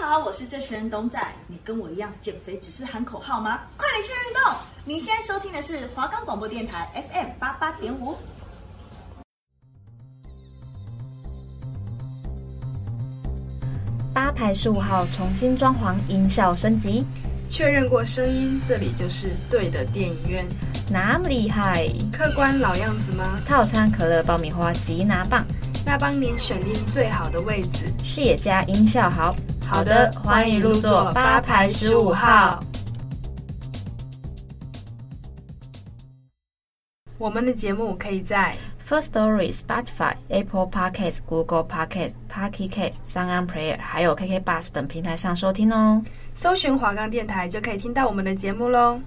好，我是这群人董仔。你跟我一样减肥只是喊口号吗？快点去运动！您现在收听的是华冈广播电台 FM88.5。 8排15号重新装潢，音效升级， 确认过声音，这里就是对的电影院。 那么厉害？ 客官老样子吗？ 套餐可乐、爆米花及拿棒， 那帮您选定最好的位置， 视野佳，音效好。 好的，欢迎入座8排15号。我们的节目可以在 Firstory、Spotify、Apple Podcasts、Google Podcasts、Pocket Casts、Sound Player 还有 KKBOX 等平台上收听哦。 搜寻华冈电台就可以听到我们的节目咯。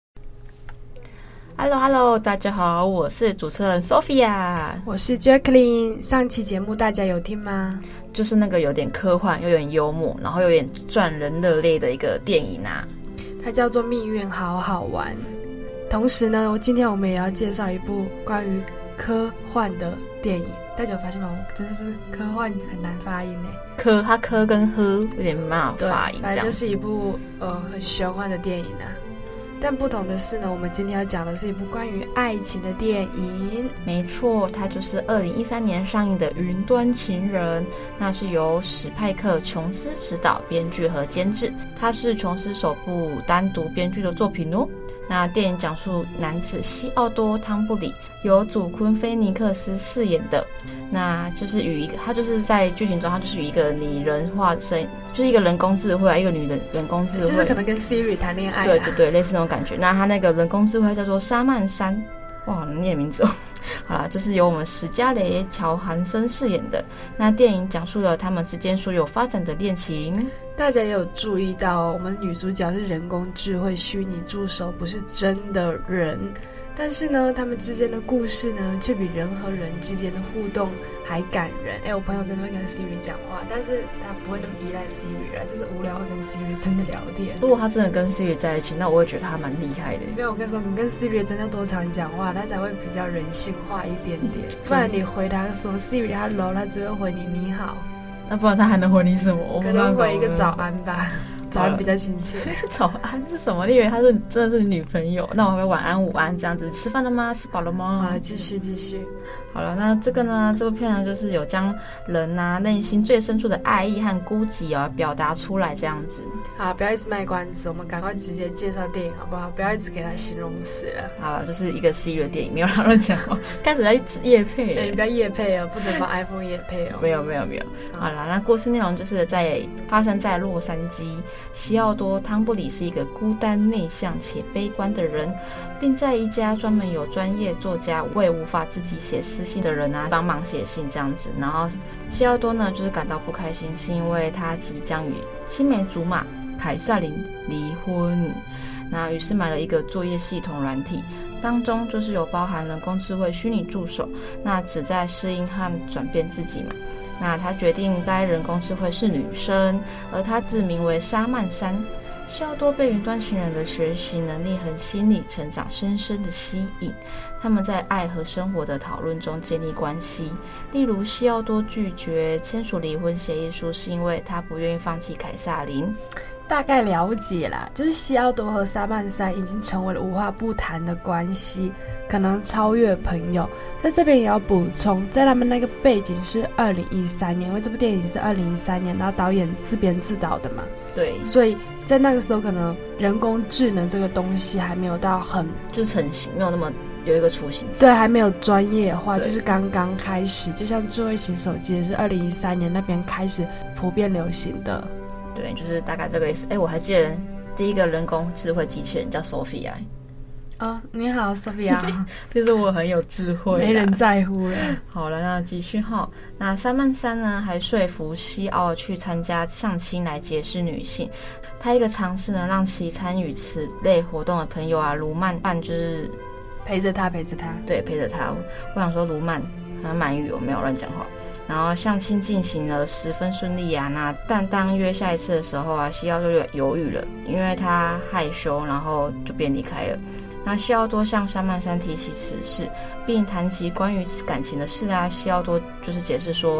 Hello， 大家好，我是主持人 Sophia， 我是 Jacqueline。上期节目大家有听吗？ 就是那个有点科幻又有点幽默，然后有点赚人热泪的一个电影啊， 它叫做《命运好好玩》。同时呢，今天我们也要介绍一部关于科幻的电影。大家有发现吗？我真的是科幻很难发音耶。 它科跟呵有点没办法发音， 反正就是一部很玄幻的电影啊。但不同的是呢，我们今天要讲的是一部关于爱情的电影。 没错，它就是2013年上映的《云端情人》，那是由史派克·琼斯执导、编剧和监制，它是琼斯首部单独编剧的作品哦。那电影讲述男子西奥多·汤布里由祖昆·菲尼克斯饰演的，那就是他就是在剧情中，他就是与一个拟人化身，就是一个人工智慧，一个女的人工智慧， 就是可能跟 Siri 谈恋爱， 对对对，类似那种感觉。那他那个人工智慧叫做沙曼珊，哇，好难念名字哦。好啦，就是由我们史嘉蕾·乔韩森饰演的。那电影讲述了他们之间所有发展的恋情。 大家也有注意到，我们女主角是人工智慧虚拟助手，不是真的人。但是呢，他们之间的故事呢，却比人和人之间的互动还感人。我朋友真的会跟 Siri 讲话，但是他不会那么依赖 Siri 啦，就是无聊会跟 Siri 真的聊天。 如果他真的跟 Siri 在一起，那我会觉得他蛮厉害的。 没有，我跟你说，你跟 Siri 真的多常讲话，他才会比较人性化一点点。不然你回答说 Siri Hello， 他只会回你你好。 那不然他还能回你什么？ 可能回一个早安吧。早安比较亲切。 早安是什么？你以为他是真的是女朋友？那我会晚安午安这样子。吃饭了吗？吃饱了吗？ 好，继续。 好了，那这部片呢，就是有将人内心最深处的爱意和孤寂表达出来这样子。 好，不要一直卖关子，我们赶快直接介绍电影好不好？不要一直给他形容词了。 好，就是一个 Siri 的电影，没有乱讲话。开始在业配， 你不要业配哦，不准帮 iPhone 业配哦。 没有。好了，那故事内容就是发生在洛杉矶。西奥多·汤布里是一个孤单、内向且悲观的人，并在一家专门有专业作家为无法自己写私信的人帮忙写信这样子。然后西奥多呢，就是感到不开心，是因为他即将与青梅竹马凯瑟琳离婚。那于是买了一个作业系统软体，当中就是有包含人工智慧虚拟助手，那旨在适应和转变自己嘛。那他决定该人工智慧是女生，而他自名为沙曼珊。西奥多被云端情人的学习能力和心理成长深深的吸引，他们在爱和生活的讨论中建立关系。例如，西奥多拒绝签署离婚协议书，是因为他不愿意放弃凯瑟琳。 大概了解啦，就是西奥多和沙曼珊已经成为了无话不谈的关系，可能超越朋友。在这边也要补充，在他们那个背景是2013年，因为这部电影是2013年，然后导演自编自导的嘛。 对， 所以在那个时候，可能人工智能这个东西还没有到很就是成型，没有那么有一个雏形。 对，还没有专业化，就是刚刚开始。就像智慧型手机也是2013年那边开始普遍流行的。 对，就是大概这个意思。我还记得第一个人工智慧机器人叫 Sophia。 你好 Sophia。 就是我很有智慧， 没人在乎了。 好了，那继续哈。那沙曼珊呢，还说服西奥去参加相亲来结识女性。他一个尝试呢，让其参与此类活动的朋友卢曼就是陪着他。 对，陪着他。我想说卢曼好像满语，我没有乱讲话。然后相亲进行了十分顺利但当约下一次的时候西奥就犹豫了，因为他害羞，然后就便离开了。那西奥多向沙曼珊提起此事，并谈及关于感情的事西奥多就是解释说，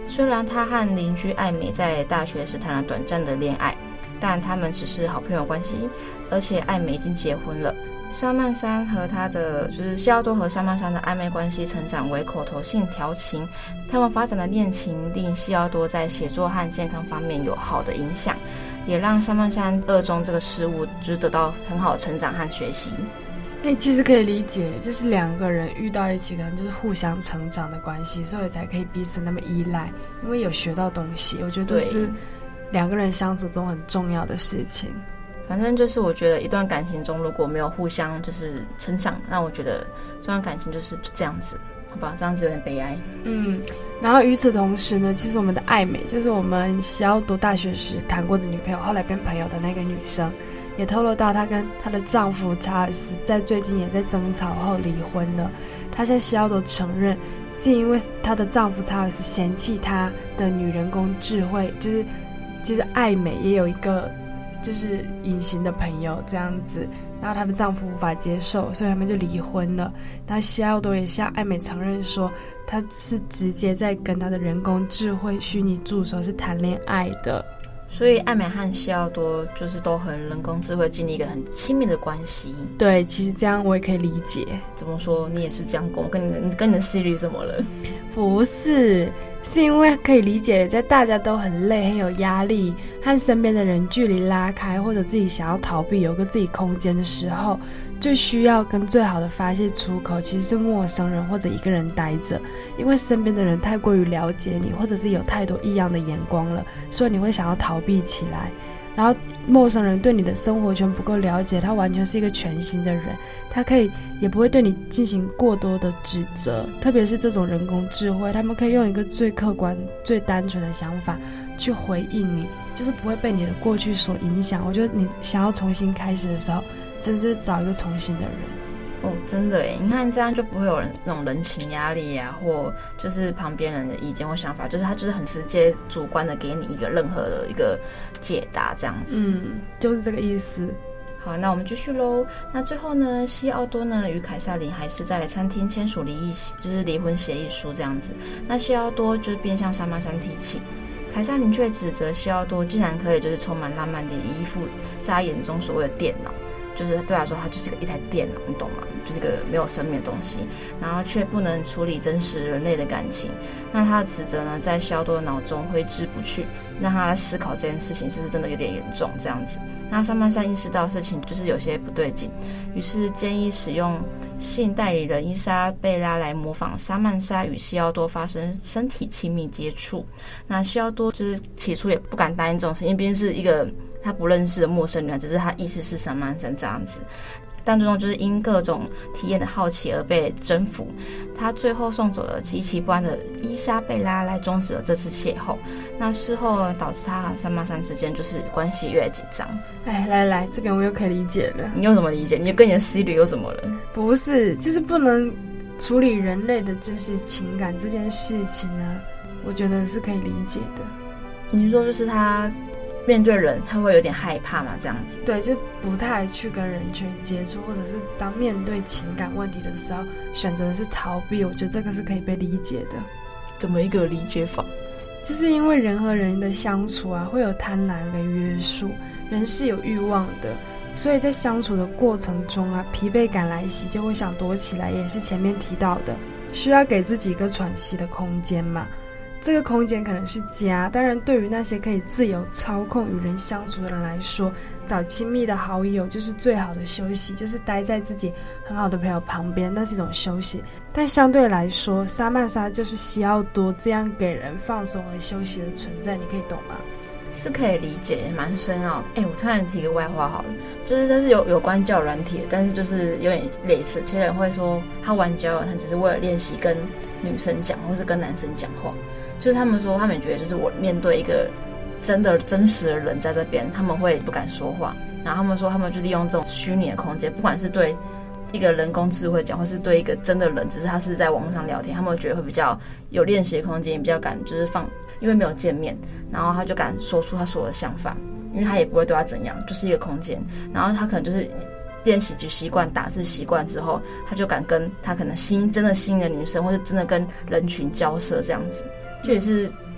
虽然他和邻居艾美在大学时谈了短暂的恋爱，但他们只是好朋友关系，而且艾美已经结婚了。沙曼珊和他的西奥多和沙曼珊的暧昧关系成长为口头性调情，他们发展的恋情令西奥多在写作和健康方面有好的影响，也让沙曼珊热衷这个事物，得到很好的成长和学习。 其实可以理解，就是两个人遇到一起，可能就是互相成长的关系，所以才可以彼此那么依赖，因为有学到东西。我觉得这是两个人相处中很重要的事情。 反正我觉得一段感情中如果没有互相成长，那我觉得这段感情就这样子，好吧，这样子有点悲哀。 然后与此同时呢，其实我们的艾美，就是我们西奥多大学时谈过的女朋友，后来变朋友的那个女生，也透露到她跟她的丈夫查尔斯在最近也在争吵后离婚了。她向西奥多承认，是因为她的丈夫查尔斯嫌弃她的女人工智慧，其实艾美也有一个隐形的朋友这样子，然后她的丈夫无法接受，所以他们就离婚了。那西奥多也向艾美承认说，他是直接在跟他的人工智慧虚拟助手是谈恋爱的。 所以艾美和西奥多都和人工智慧建立一个很亲密的关系。 对，其实这样我也可以理解。 怎么说？你也是这样跟你的 Siri 怎么了？ 不是，是因为可以理解，在大家都很累、很有压力，和身边的人距离拉开，或者自己想要逃避、有个自己空间的时候，最需要跟最好的发泄出口其实是陌生人或者一个人待着，因为身边的人太过于了解你，或者是有太多异样的眼光了，所以你会想要逃避起来。然后陌生人对你的生活圈不够了解，他完全是一个全新的人，他也不会对你进行过多的指责，特别是这种人工智慧，他们可以用一个最客观最单纯的想法去回应你，就是不会被你的过去所影响。我觉得你想要重新开始的时候，真的就是找一个重新的人。 真的耶，你看这样就不会有那种人情压力啊，或旁边人的意见或想法，他很直接主观的给你一个任何的一个解答这样子。 就是这个意思。 好，那我们继续咯。那最后呢，西奥多呢与凯撒琳还是在餐厅签署离婚协议书这样子。那西奥多便向沙曼珊提起，凯撒琳却指责西奥多竟然可以充满浪漫的依附在他眼中所谓的电脑，对他来说，它就是一台电脑，你懂吗？就是一个没有生命的东西，然后却不能处理真实人类的感情。那他的指责呢，在西奥多的脑中挥之不去，让他思考这件事情是不是真的有点严重这样子。那沙曼珊意识到事情有些不对劲，于是建议使用性代理人伊莎贝拉来模仿沙曼珊与西奥多发生身体亲密接触。那西奥多起初也不敢答应这种事情，因为毕竟是一个他不认识的陌生人，只是他意思是沙曼珊这样子。但最终因各种体验的好奇而被征服，他最后送走了极其不安的伊莎贝拉来终止了这次邂逅。那事后导致他和沙曼珊之间关系越来越紧张。 来这边我又可以理解了。 你有什么理解？你跟你的 Siri 又怎么了？ 不是，不能处理人类的真实情感这件事情呢，我觉得是可以理解的。 你说他面对人他会有点害怕嘛，这样子？ 对，就不太去跟人群接触，或者是当面对情感问题的时候选择的是逃避，我觉得这个是可以被理解的。 怎么一个理解法？ 就是因为人和人的相处啊，会有贪婪跟约束，人是有欲望的，所以在相处的过程中啊，疲惫感来袭就会想躲起来，也是前面提到的，需要给自己一个喘息的空间嘛。这个空间可能是家，当然对于那些可以自由操控与人相处的人来说，找亲密的好友就是最好的休息，就是待在自己很好的朋友旁边，那是一种休息。但相对来说，沙曼莎就是西奥多这样给人放松和休息的存在，你可以懂吗？ 是可以理解，蛮深奥的。我突然提个外话好了，它是有关交友软体的，但是有点类似。有些人会说他玩交友，他只是为了练习跟女生讲或是跟男生讲话，他们说他们觉得我面对一个真实的人在这边，他们会不敢说话，然后他们说他们就利用这种虚拟的空间，不管是对一个人工智慧讲，或是对一个真的人，只是他是在网上聊天，他们觉得会比较有练习的空间，也比较敢因为没有见面，然后他就敢说出他所有的想法，因为他也不会对他怎样，就是一个空间，然后他可能练习就习惯打字习惯之后，他就敢跟他可能真的新的女生，或者真的跟人群交涉这样子，就也是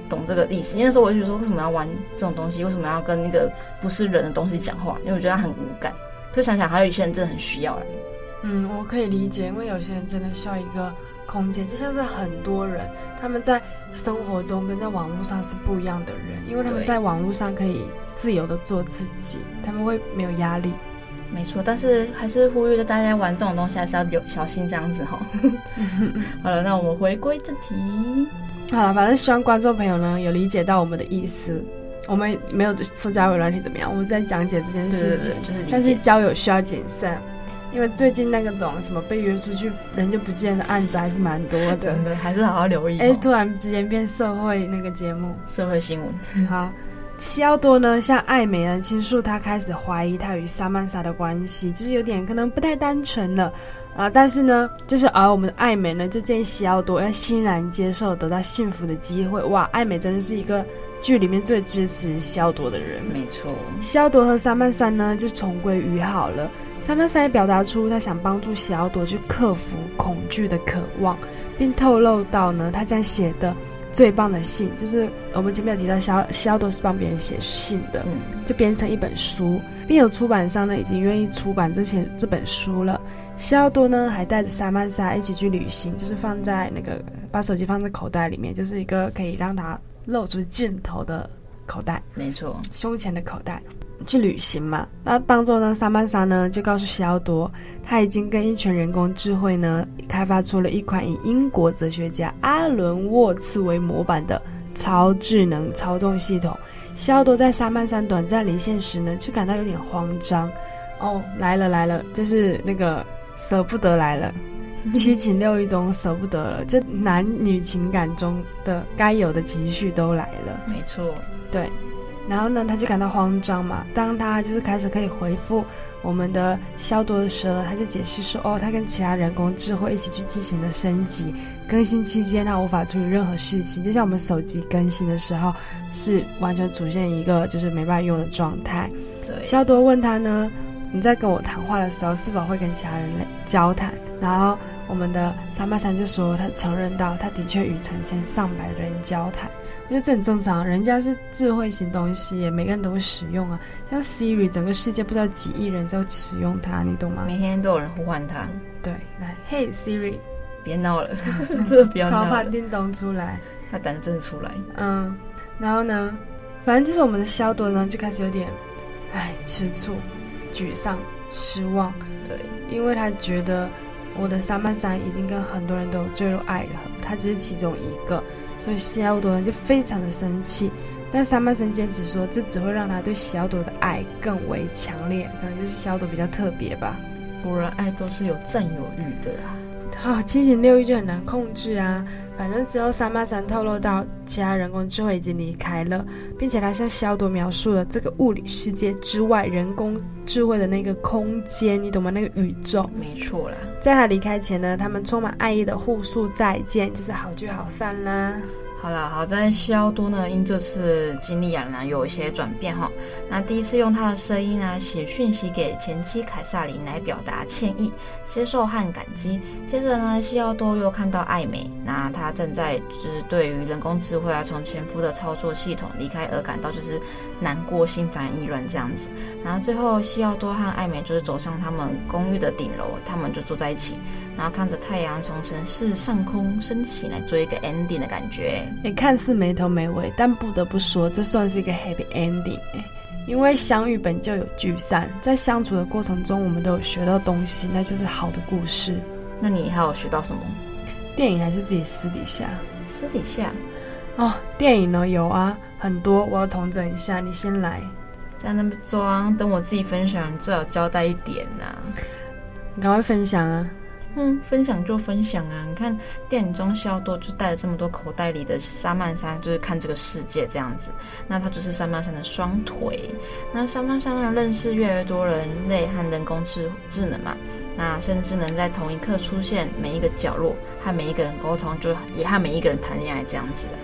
懂这个历史。因为那时候我就觉得说，为什么要玩这种东西？为什么要跟那个不是人的东西讲话？因为我觉得它很无感。可想想，还有一些人真的很需要啦。 我可以理解，因为有些人真的需要一个空间，就像是很多人他们在生活中跟在网络上是不一样的人，因为他们在网络上可以自由的做自己，他们会没有压力。 没错，但是还是呼吁大家玩这种东西还是要有小心这样子齁。好了，那我们回归正题。 好了，反正希望观众朋友呢有理解到我们的意思。我们没有说交友软体怎么样，我们在讲解这件事情， 对，就是理解。 但是交友需要谨慎，因为最近那个种什么被约出去人就不见的案子还是蛮多的， 真的还是好好留意。 突然之间变社会那个节目， 社会新闻。 好，西奥多呢向艾美呢倾诉他开始怀疑他与萨曼莎的关系，就是有点可能不太单纯了但是呢，就是我们的艾美呢就建议西奥多要欣然接受得到幸福的机会。哇，艾美真的是一个剧里面最支持西奥多的人。 没错， 西奥多和萨曼莎呢就重归于好了。萨曼莎也表达出他想帮助西奥多去克服恐惧的渴望，并透露到呢他将写的最棒的信，就是我们前面有提到西奥多是帮别人写信的，就编成一本书，并有出版商呢已经愿意出版这本书了。西奥多呢还带着萨曼莎一起去旅行，就是放在那个把手机放在口袋里面，就是一个可以让他露出镜头的口袋， 没错， 胸前的口袋去旅行嘛。那当中呢，萨曼莎呢就告诉西奥多，他已经跟一群人工智慧呢开发出了一款以英国哲学家阿伦沃茨为模板的超智能操纵系统。西奥多在萨曼莎短暂离线时呢，就感到有点慌张。来了，就是那个舍不得来了。七情六欲中舍不得了，就男女情感中的该有的情绪都来了。 没错， 对。然后呢，他就感到慌张嘛。当他就是开始可以回复我们的西奥多的时候，他就解释说，他跟其他人工智慧一起去进行了升级。更新期间，他无法处理任何事情，就像我们手机更新的时候，是完全出现一个就是没办法用的状态。 对。 西奥多问他呢，你在跟我谈话的时候是否会跟其他人交谈？然后我们的萨曼莎就说他承认到他的确与成千上百的人交谈，因为这很正常，人家是智慧型东西，每个人都会使用啊。像 Siri 整个世界不知道几亿人在使用它，你懂吗？ 每天都有人呼唤它。 对，来 Hey Siri， 别闹了，真的不要闹了， 超怕叮咚出来， 他胆子真的出来。 然后呢，反正就是我们的西奥多呢就开始有点吃醋、沮丧、失望。 对， 因为他觉得我的萨曼莎一定跟很多人都有坠入爱河，他只是其中一个，所以西奥多人就非常的生气。但萨曼莎坚持说，这只会让他对西奥多的爱更为强烈，可能就是西奥多比较特别吧。 果然爱都是有占有欲的啊。 七情六欲就很难控制啊。反正之后萨曼莎透露到其他人工智慧已经离开了，并且他向西奥多描述了这个物理世界之外人工智慧的那个空间，你懂吗？那个宇宙。 没错啦。 在他离开前呢，他们充满爱意的互诉再见，就是好聚好散啦。 好啦，好在西奥多呢，因这次经历呢有一些转变哈。那第一次用他的声音呢写讯息给前妻凯撒琳来表达歉意、接受和感激。接着呢，西奥多又看到艾美，那他正在就是对于人工智慧从前夫的操作系统离开而感到就是难过、心烦意乱这样子。然后最后西奥多和艾美就是走上他们公寓的顶楼，他们就坐在一起，然后看着太阳从城市上空升起，来做一个 ending 的感觉。 看似没头没尾，但不得不说这算是一个 happy ending。因为相遇本就有聚散，在相处的过程中我们都有学到东西，那就是好的故事。 那你还有学到什么？ 电影还是自己私底下？ 私底下电影呢有啊，很多，我要统整一下，你先来。 在那边装，等我自己分享，最好交代一点啊。 你赶快分享啊。 分享就分享啊！你看电影中西奥多就带了这么多口袋里的萨曼莎，就是看这个世界这样子。那他就是萨曼莎的双腿。那萨曼莎呢，认识越来越多人类和人工智能嘛，那甚至能在同一刻出现每一个角落，和每一个人沟通，就也和每一个人谈恋爱这样子。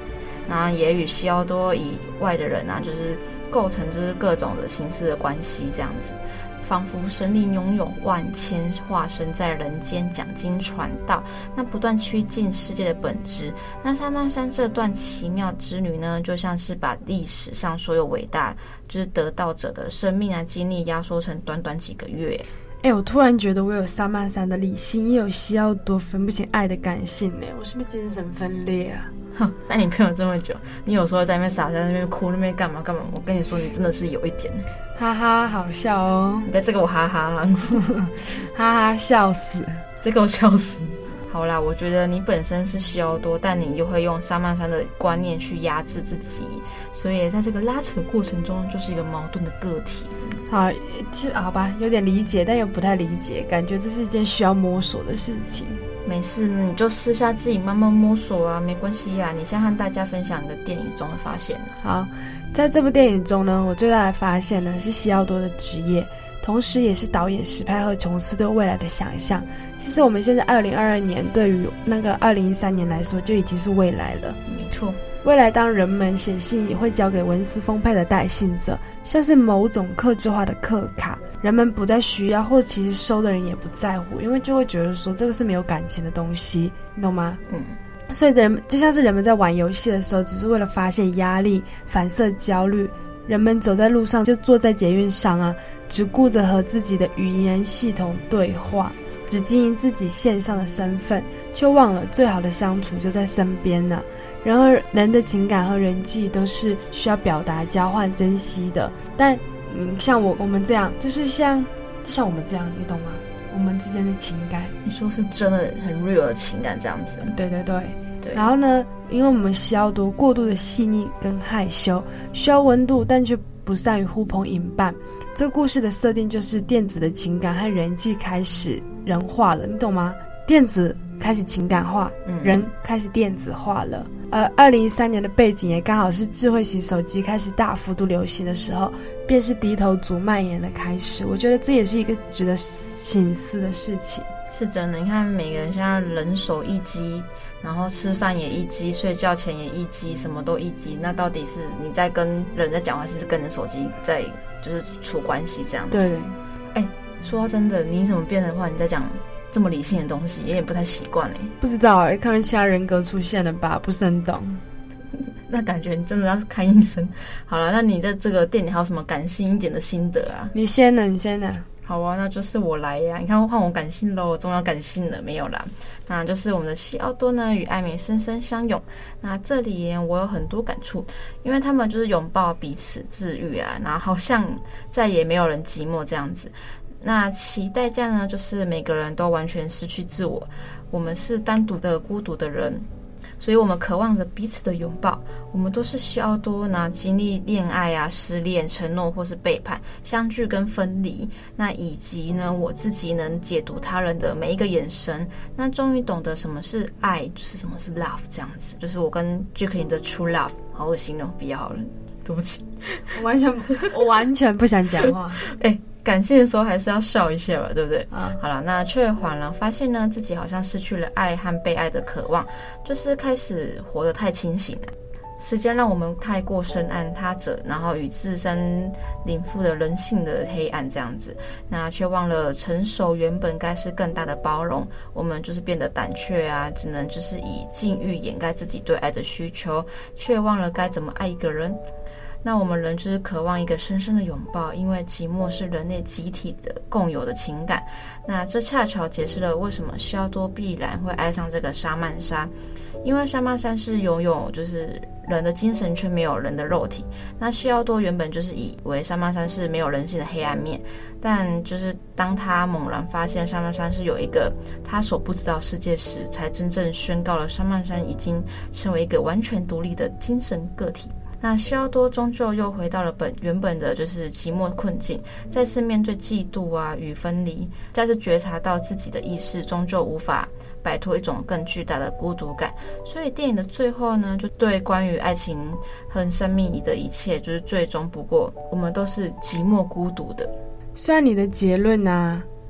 然后也与西奥多以外的人啊，就是构成就是各种的形式的关系这样子。仿佛神灵拥有万千化身在人间讲经传道，那不断趋近世界的本质。那沙曼珊这段奇妙之旅呢，就像是把历史上所有伟大就是得道者的生命啊经历压缩成短短几个月。 我突然觉得我有沙曼珊的理性，也有西奥多分不清爱的感性呢。我是不是精神分裂啊？ 那你朋友这么久，你有时候在那边傻，在那边哭，那边干嘛干嘛？我跟你说，你真的是有一点， 哈哈，好笑哦！ 你别再给我哈哈了， 哈哈，笑死！ 再给我笑死！好啦，我觉得你本身是西奥多，但你又会用沙曼珊的观念去压制自己，所以在这个拉扯的过程中，就是一个矛盾的个体。 好，好吧，有点理解，但又不太理解，感觉这是一件需要摸索的事情。 没事，你就私下自己慢慢摸索啊，没关系啊。你先和大家分享你的电影中的发现。 好，在这部电影中呢，我最大的发现呢是西奥多的职业，同时也是导演史派赫琼斯对未来的想象。其实我们现在2022年对于那个2013年来说就已经是未来了。 没错， 未来当人们写信也会交给文思丰沛的带信者，像是某种客制化的客卡，人们不再需要，或其实收的人也不在乎，因为就会觉得说这个是没有感情的东西，你懂吗？所以人就像是人们在玩游戏的时候，只是为了发泄压力、反射焦虑。人们走在路上就坐在捷运上啊，只顾着和自己的语言系统对话，只经营自己线上的身份，却忘了最好的相处就在身边呢。然而人的情感和人际都是需要表达、交换、珍惜的，但像我们这样，就像我们这样，你懂吗？我们之间的情感， 你说是真的很 real 的情感这样子。 对。然后呢，因为我们西奥多过度的细腻跟害羞，需要温度，但却不善于呼朋引伴。这个故事的设定就是电子的情感和人际开始人化了，你懂吗？电子开始情感化，人开始电子化了。2013年的背景也刚好是智慧型手机开始大幅度流行的时候，便是低头族蔓延的开始。我觉得这也是一个值得省思的事情。 是真的，你看每个人现在人手一机，然后吃饭也一机，睡觉前也一机，什么都一机。那到底是你在跟人在讲话，还是跟着手机在就是处关系这样子？对。说到真的，你怎么变的话，你在讲这么理性的东西，也不太习惯嘞。 不知道可能其他人格出现了吧，不是很懂。 那感觉你真的要看医生。好了，那你在这个店里还有什么感性一点的心得啊？ 你先呢。 好啊，那就是我来呀！你看换我感性咯，终于要感性了，没有啦。那就是我们的西奥多呢与艾美深深相拥。那这里我有很多感触，因为他们就是拥抱彼此治愈啊，然后好像再也没有人寂寞这样子。那其代价呢，就是每个人都完全失去自我，我们是单独的孤独的人。所以我们渴望着彼此的拥抱，我们都是西奥多呢，经历恋爱啊、失恋、承诺或是背叛、相聚跟分离，那以及呢我自己能解读他人的每一个眼神，那终于懂得什么是爱，就是什么是 love 这样子，就是我跟 Jacqueline 的 true love。好恶心哦，不要好了，对不起， 我完全不想讲话。 感性的时候还是要笑一下吧，对不对？好了，那却恍然发现呢，自己好像失去了爱和被爱的渴望，就是开始活得太清醒了。时间让我们太过深谙他者，然后与自身领悟的人性的黑暗这样子，那却忘了成熟原本该是更大的包容。我们就是变得胆怯啊，只能就是以禁欲掩盖自己对爱的需求，却忘了该怎么爱一个人。那我们人就是渴望一个深深的拥抱，因为寂寞是人类集体的共有的情感。那这恰巧解释了为什么西奥多必然会爱上这个沙曼莎，因为沙曼莎是拥有就是人的精神却没有人的肉体。那西奥多原本就是以为沙曼莎是没有人性的黑暗面，但就是当他猛然发现沙曼莎是有一个他所不知道世界时，才真正宣告了沙曼莎已经成为一个完全独立的精神个体。那西奥多终究又回到了原本的就是寂寞困境，再次面对嫉妒啊与分离，再次觉察到自己的意识终究无法摆脱一种更巨大的孤独感。所以电影的最后呢，就对关于爱情和生命的一切，就是最终不过我们都是寂寞孤独的。 虽然你的结论啊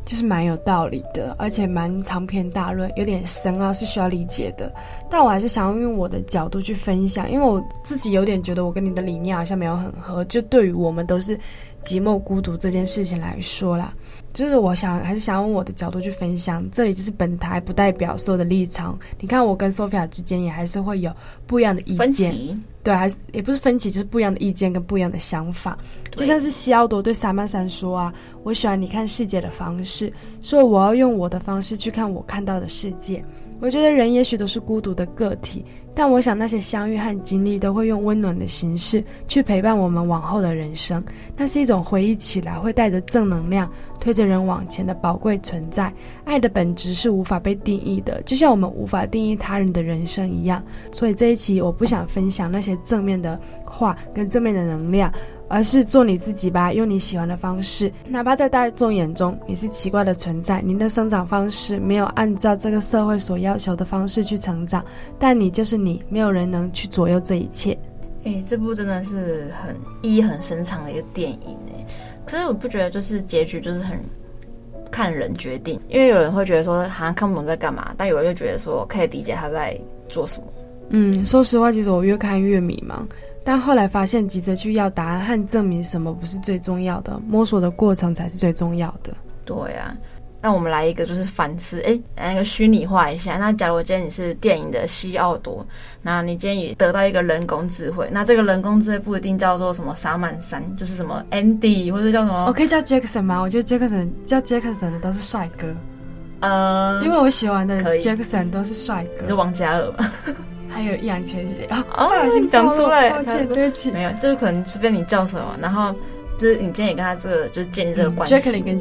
就是蛮有道理的，而且蛮长篇大论，有点深奥，是需要理解的。但我还是想要用我的角度去分享，因为我自己有点觉得我跟你的理念好像没有很合，就对于我们都是寂寞孤独这件事情来说啦，就是还是想用我的角度去分享。这里就是本台不代表所有的立场，你看我跟 Sophia 之间也还是会有不一样的意见， 分歧， 对，还是也不是分歧，就是不一样的意见跟不一样的想法。就像是西奥多对萨曼珊说啊，我喜欢你看世界的方式，所以我要用我的方式去看我看到的世界。我觉得人也许都是孤独的个体，但我想那些相遇和经历都会用温暖的形式去陪伴我们往后的人生。那是一种回忆起来会带着正能量推着人往前的宝贵存在。爱的本质是无法被定义的，就像我们无法定义他人的人生一样。所以这一期我不想分享那些正面的话跟正面的能量，而是做你自己吧，用你喜欢的方式，哪怕在大众眼中你是奇怪的存在，您的生长方式没有按照这个社会所要求的方式去成长，但你就是你，没有人能去左右这一切。 这部真的是意义很深长的一个电影可是我不觉得就是结局就是很看人决定，因为有人会觉得说好像看不懂在干嘛，但有人又觉得说可以理解他在做什么。 说实话，其实我越看越迷茫，但后来发现急着去要答案和证明什么不是最重要的，摸索的过程才是最重要的。 对啊，那我们来一个就是反思，那个虚拟化一下。那假如今天你是电影的西奥多，那你今天也得到一个人工智慧，那这个人工智慧不一定叫做什么萨曼珊，就是什么 Andy 或者叫什么， 我可以叫 Jackson 吗？我觉得 Jackson 的都是帅哥，因为我喜欢的 Jackson 都是帅哥， 就王嘉尔吧。 还有易烊千玺讲出来， 抱歉，对不起， 没有，就是可能随便你叫什么，然后就是你今天也跟他这个就是建立这个关系。 Jacqueline 跟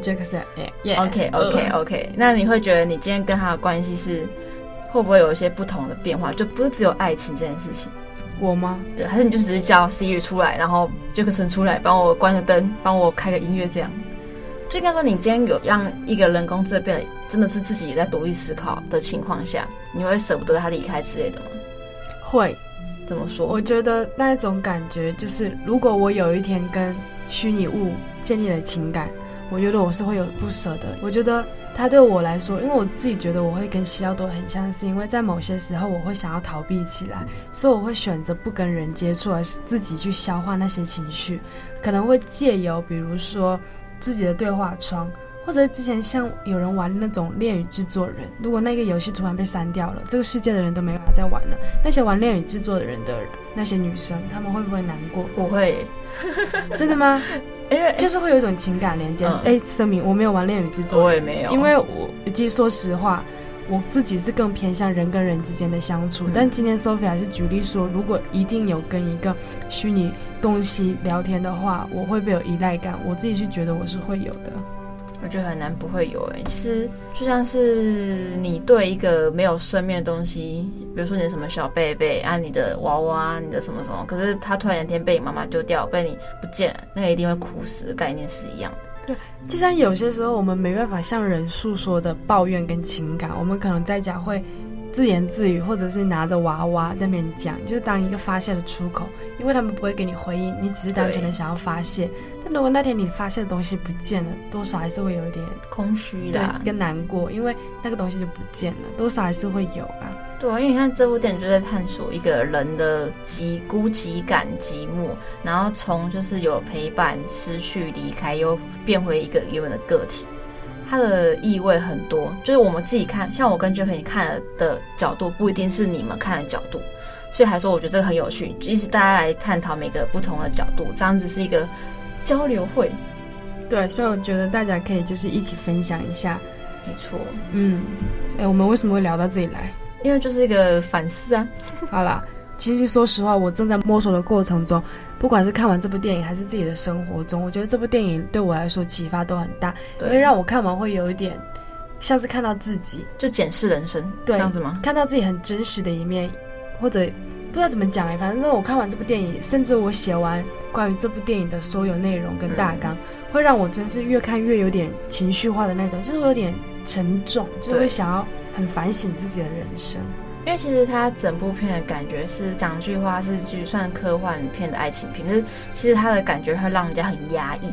Jackson，OK， 那你会觉得你今天跟他的关系是会不会有一些不同的变化？就不是只有爱情这件事情。 我吗？ 对，还是你就只是叫 Siri 出来，然后 Jackson 出来帮我关个灯，帮我开个音乐这样？就应该说，你今天有让一个人工智能变得真的是自己也在独立思考的情况下，你会舍不得他离开之类的吗？ 会。 怎么说？ 我觉得那一种感觉就是，如果我有一天跟虚拟物建立了情感，我觉得我是会有不舍的。我觉得他对我来说，因为我自己觉得我会跟西奥多很像，是因为在某些时候我会想要逃避起来，所以我会选择不跟人接触，而是自己去消化那些情绪，可能会借由比如说自己的对话窗，或者之前像有人玩那种恋与制作人，如果那个游戏突然被删掉了，这个世界的人都没办法再玩了，那些玩恋与制作的人的那些女生，她们会不会难过？ 不会。 真的吗？就是会有一种情感连接。声明我没有玩恋与制作人， 我也没有， 因为我其实说实话，我自己是更偏向人跟人之间的相处。但今天 Sophia 是举例说，如果一定有跟一个虚拟东西聊天的话，我会不会有依赖感？我自己是觉得我是会有的。 我觉得很难不会有其实就像是你对一个没有生命的东西，比如说你的什么小贝贝你的娃娃，你的什么什么，可是他突然有一天被你妈妈丢掉，被你不见了，那个一定会哭死的概念是一样的。 对，就像有些时候我们没办法向人诉说的抱怨跟情感，我们可能在家会自言自语，或者是拿着娃娃在那边讲，就是当一个发泄的出口，因为他们不会给你回应，你只是单纯的想要发泄。但如果那天你发泄的东西不见了，多少还是会有一点空虚啦， 对，跟难过，因为那个东西就不见了，多少还是会有啊。 对啊，因为你看这部电影就在探索一个人的孤寂感、寂寞，然后从就是有陪伴、失去、离开，又变回一个原本的个体。它的意味很多，就是我们自己看，像我跟 Jack 看的角度不一定是你们看的角度，所以还说我觉得这个很有趣，一起大家来探讨每个不同的角度，这样子是一个交流会。 对，所以我觉得大家可以就是一起分享一下。 没错。 我们为什么会聊到这里来？ 因为就是一个反思啊。 好啦，其实说实话，我正在摸索的过程中，不管是看完这部电影还是自己的生活中，我觉得这部电影对我来说启发都很大，因为让我看完会有一点像是看到自己， 就检视人生， 对， 这样子吗？ 看到自己很真实的一面，或者不知道怎么讲反正我看完这部电影，甚至我写完关于这部电影的所有内容跟大纲，会让我真是越看越有点情绪化的那种，就是有点沉重，就是会想要很反省自己的人生。 因为其实它整部片的感觉是讲句话是算科幻片的爱情片，可是其实它的感觉会让人家很压抑，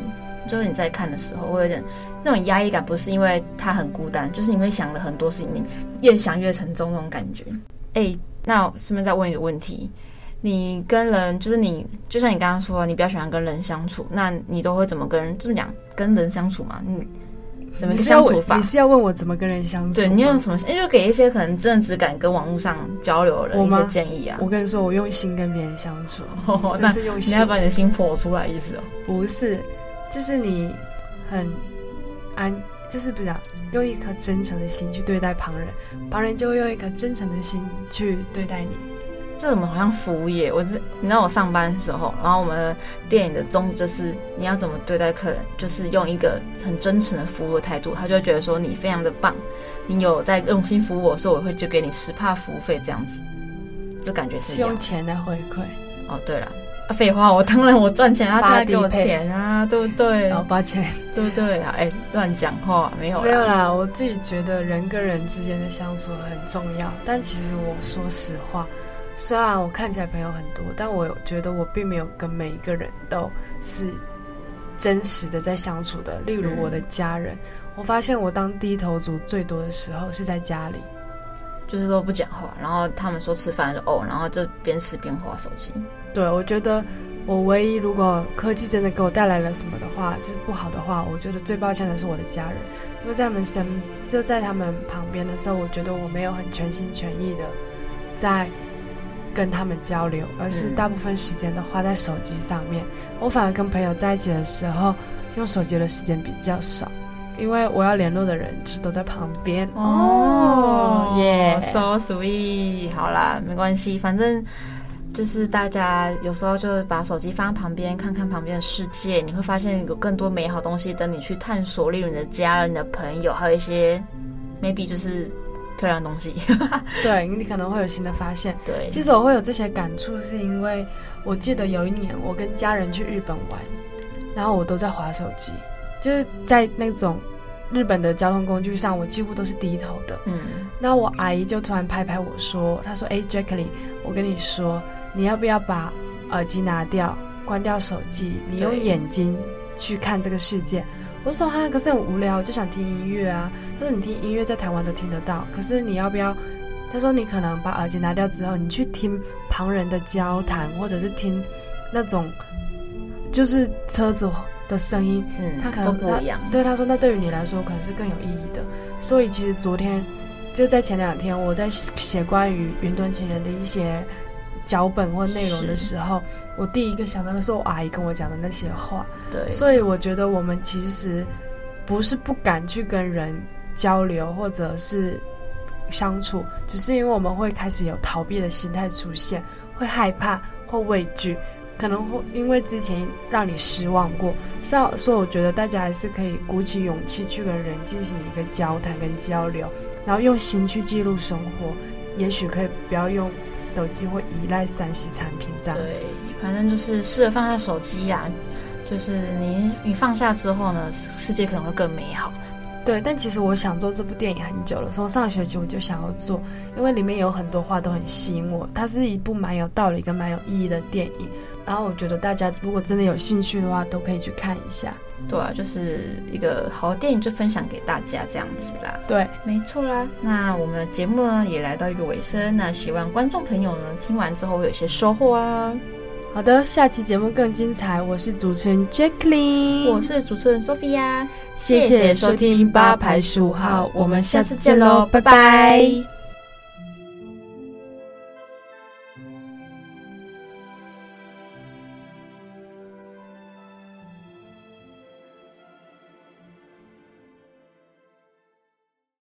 就是你在看的时候会有点那种压抑感，不是因为他很孤单，就是你会想了很多事情，你越想越沉重那种感觉。那我顺便再问一个问题，你跟人就是你，就像你刚刚说，你比较喜欢跟人相处，那你都会怎么跟人这么讲跟人相处嘛？你怎么相处法？ 你是要问我怎么跟人相处？ 对，你有什么？就给一些可能真的只敢跟网络上交流的人一些建议啊。 我跟你说，我用心跟别人相处， 那是用心。 你要把你的心剖出来意思哦？ 不是，就是你很就是不讲，用一颗真诚的心去对待旁人，旁人就会用一颗真诚的心去对待你。 这怎么好像服务业？你知道我上班的时候，然后我们电影的宗旨就是你要怎么对待客人，就是用一个很真诚的服务的态度，他就会觉得说你非常的棒，你有在用心服务我，所以我会就给你10%服务费这样子，这感觉是一样用钱来回馈。 哦，对了。废话，我当然我赚钱，他当然给我钱啊，对不对？ 然后抱歉， 对不对啊？乱讲话，没有啦。我自己觉得人跟人之间的相处很重要，但其实我说实话，虽然我看起来朋友很多，但我觉得我并没有跟每一个人都是真实的在相处的。例如我的家人，我发现我当低头族最多的时候是在家里， 就是都不讲话，然后他们说吃饭就然后就边吃边滑手机。 对，我觉得我唯一如果科技真的给我带来了什么的话，就是不好的话，我觉得最抱歉的是我的家人，因为在他们旁边的时候，我觉得我没有很全心全意的在跟他们交流，而是大部分时间都花在手机上面。我反而跟朋友在一起的时候，用手机的时间比较少，因为我要联络的人就是都在旁边。 So sweet。好啦，没关系，反正就是大家有时候就把手机放在旁边，看看旁边的世界，你会发现有更多美好东西等你去探索，例如你的家人、你的朋友，还有一些 maybe 就是漂亮的东西。 对，你可能会有新的发现。 对， 其实我会有这些感触，是因为我记得有一年我跟家人去日本玩，然后我都在滑手机，就是在那种日本的交通工具上，我几乎都是低头的。然后我阿姨就突然拍拍我说，她说Jacqueline， 我跟你说，你要不要把耳机拿掉，关掉手机，你用眼睛去看这个世界。我说可是很无聊，我就想听音乐啊。他说你听音乐在台湾都听得到，可是你要不要，他说你可能把耳机拿掉之后，你去听旁人的交谈，或者是听那种就是车子的声音，他可能都不一样。 对，他说那对于你来说可能是更有意义的。所以其实昨天就在前2天，我在写关于云端情人的一些脚本或内容的时候，我第一个想到的是我阿姨跟我讲的那些话。 对， 所以我觉得我们其实不是不敢去跟人交流或者是相处，只是因为我们会开始有逃避的心态出现，会害怕或畏惧，可能会因为之前让你失望过，所以我觉得大家还是可以鼓起勇气去跟人进行一个交谈跟交流，然后用心去记录生活，也许可以不要用手机或依赖3C 产品这样子。 对，反正就是试着放下手机啦，就是你放下之后呢，世界可能会更美好。 对，但其实我想做这部电影很久了，从上学期我就想要做，因为里面有很多话都很吸引我，它是一部蛮有道理跟蛮有意义的电影，然后我觉得大家如果真的有兴趣的话都可以去看一下。 对啊，就是一个好的电影就分享给大家这样子啦。 对， 没错啦。那我们的节目呢也来到一个尾声，那希望观众朋友呢听完之后会有一些收获啊。 好的，下期节目更精彩。我是主持人 Jacqueline， 我是主持人 Sophia， 谢谢收听8排15号，我们下次见喽，拜拜。